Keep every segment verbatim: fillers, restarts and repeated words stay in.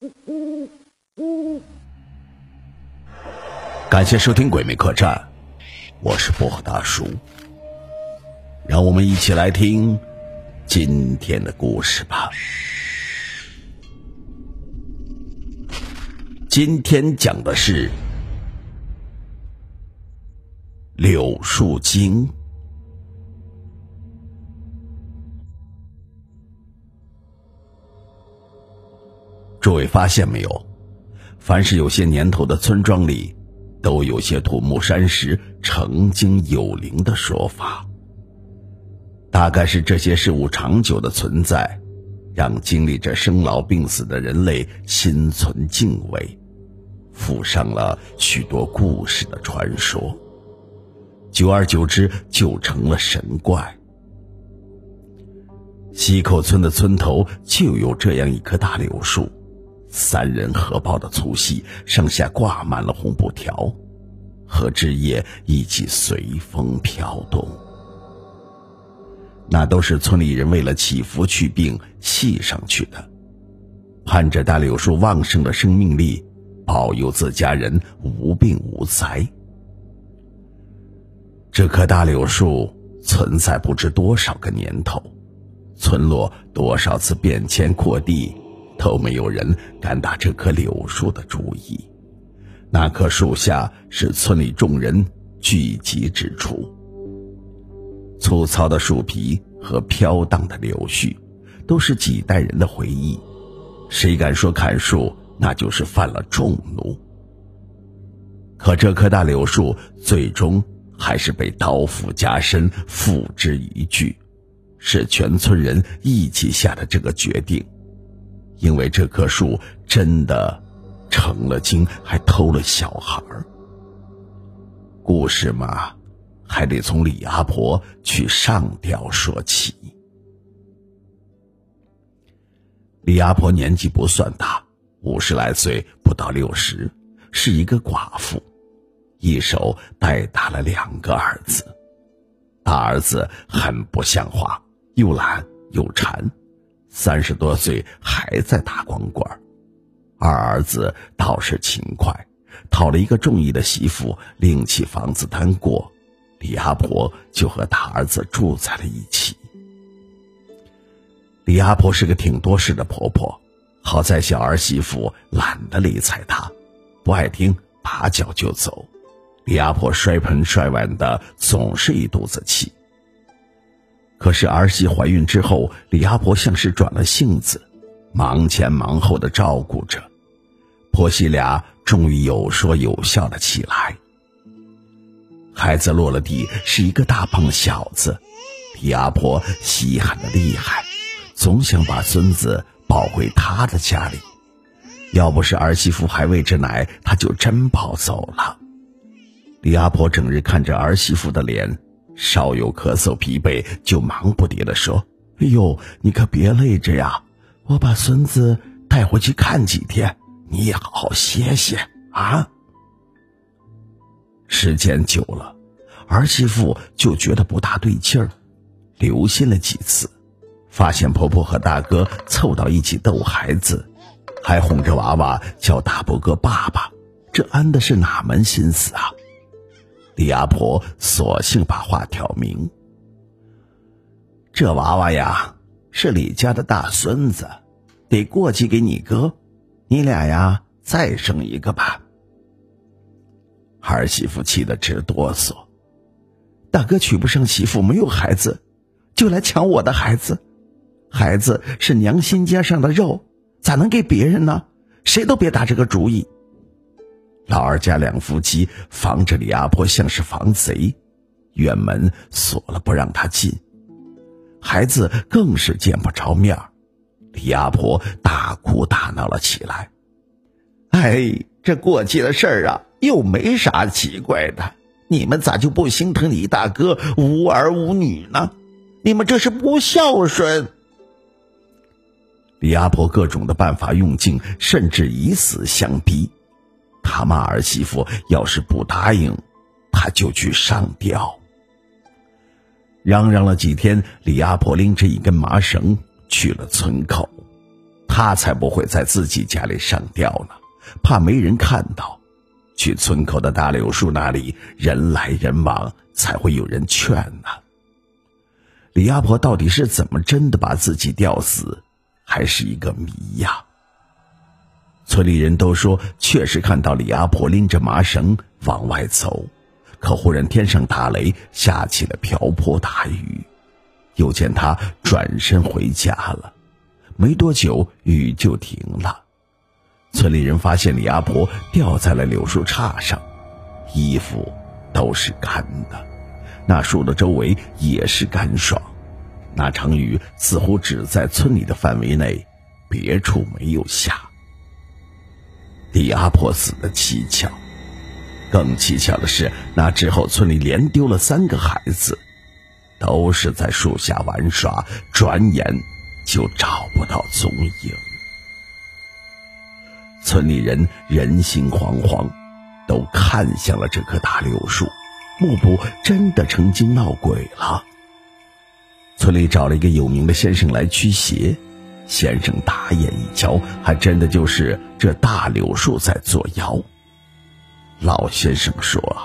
感谢收听鬼魅客栈，我是薄荷大叔。让我们一起来听今天的故事吧。今天讲的是柳树精。诸位发现没有，凡是有些年头的村庄里，都有些土木山石曾经有灵的说法。大概是这些事物长久的存在，让经历着生老病死的人类心存敬畏，附上了许多故事的传说，久而久之就成了神怪。溪口村的村头就有这样一棵大柳树，三人合抱的粗细，上下挂满了红布条，和枝叶一起随风飘动。那都是村里人为了祈福祛病系上去的，盼着大柳树旺盛的生命力保佑自家人无病无灾。这棵大柳树存在不知多少个年头，村落多少次变迁扩地，都没有人敢打这棵柳树的主意。那棵树下是村里众人聚集之处，粗糙的树皮和飘荡的柳絮都是几代人的回忆，谁敢说砍树，那就是犯了众怒。可这棵大柳树最终还是被刀斧加身付之一炬，是全村人一起下的这个决定。因为这棵树真的成了精，还偷了小孩。故事嘛，还得从李阿婆去上吊说起。李阿婆年纪不算大，五十来岁，不到六十，是一个寡妇，一手带大了两个儿子。大儿子很不像话，又懒又馋，三十多岁还在打光棍。二儿子倒是勤快，讨了一个中意的媳妇，另起房子单过，李阿婆就和大儿子住在了一起。李阿婆是个挺多事的婆婆，好在小儿媳妇懒得理睬她，不爱听，打脚就走。李阿婆摔盆摔碗的，总是一肚子气。可是儿媳怀孕之后，李阿婆像是转了性子，忙前忙后的照顾着，婆媳俩终于有说有笑了起来。孩子落了地，是一个大胖小子，李阿婆稀罕的厉害，总想把孙子抱回她的家里。要不是儿媳妇还喂着奶，她就真抱走了。李阿婆整日看着儿媳妇的脸，稍有咳嗽疲惫，就忙不迭地说：哎呦，你可别累着呀，我把孙子带回去看几天，你也好好歇歇啊。时间久了，儿媳妇就觉得不大对劲儿，留心了几次，发现婆婆和大哥凑到一起逗孩子，还哄着娃娃叫大伯哥爸爸，这安的是哪门心思啊？李阿婆索性把话挑明：这娃娃呀，是李家的大孙子，得过继给你哥，你俩呀再生一个吧。儿媳妇气得直哆嗦，大哥娶不上媳妇，没有孩子，就来抢我的孩子，孩子是娘心尖上的肉，咋能给别人呢？谁都别打这个主意。老二家两夫妻防着李阿婆像是防贼，院门锁了不让她进，孩子更是见不着面。李阿婆大哭大闹了起来。哎，这过继的事儿啊，又没啥奇怪的，你们咋就不心疼李大哥无儿无女呢？你们这是不孝顺。李阿婆各种的办法用尽，甚至以死相逼。他骂儿媳妇要是不答应，他就去上吊。嚷嚷了几天，李阿婆拎着一根麻绳去了村口， 他才不会在自己家里上吊呢，怕没人看到。去村口的大柳树那里，人来人往，才会有人劝呢。李阿婆到底是怎么真的把自己吊死，还是一个谜呀。村里人都说确实看到李阿婆拎着麻绳往外走，可忽然天上打雷，下起了瓢泼大雨，又见她转身回家了。没多久雨就停了，村里人发现李阿婆吊在了柳树杈上，衣服都是干的，那树的周围也是干爽。那场雨似乎只在村里的范围内，别处没有下。李阿婆死的蹊跷，更蹊跷的是，那之后村里连丢了三个孩子，都是在树下玩耍，转眼就找不到踪影。村里人人心惶惶，都看向了这棵大柳树，莫不真的成精闹鬼了？村里找了一个有名的先生来驱邪，先生打眼一瞧，还真的就是这大柳树在作妖。老先生说：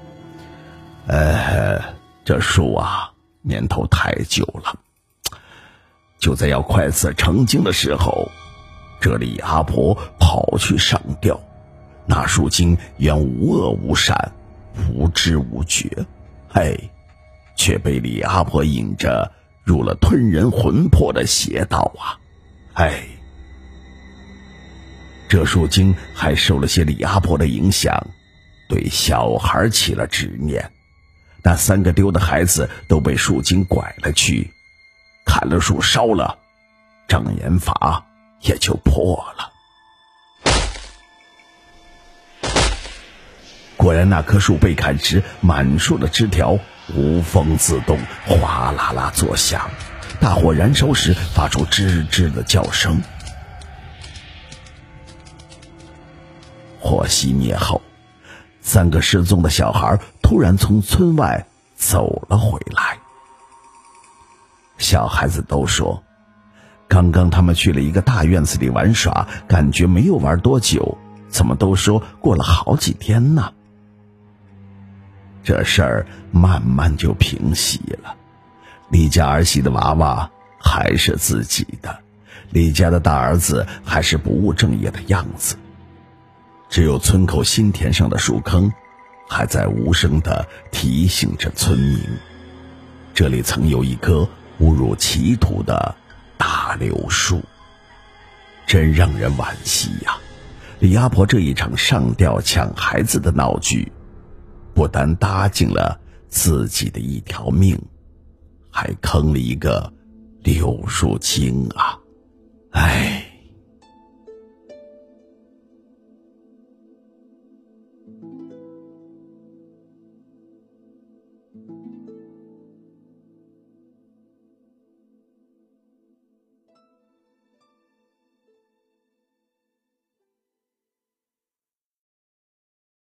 呃，这树啊，年头太久了，就在要快死成精的时候，这李阿婆跑去上吊，那树精原无恶无善，无知无觉，嘿，却被李阿婆引着入了吞人魂魄的邪道啊！哎，这树精还受了些李阿婆的影响，对小孩起了执念。那三个丢的孩子都被树精拐了去，砍了树烧了，障眼法也就破了。果然那棵树被砍时，满树的枝条无风自动，哗啦啦作响，大火燃烧时发出吱吱的叫声。火熄灭后，三个失踪的小孩突然从村外走了回来。小孩子都说，刚刚他们去了一个大院子里玩耍，感觉没有玩多久，怎么都说过了好几天呢？这事儿慢慢就平息了。李家儿媳的娃娃还是自己的，李家的大儿子还是不务正业的样子，只有村口新田上的树坑还在无声地提醒着村民，这里曾有一棵误入歧途的大柳树。真让人惋惜呀！李阿婆这一场上吊抢孩子的闹剧，不但搭进了自己的一条命，还坑了一个柳树精啊！唉。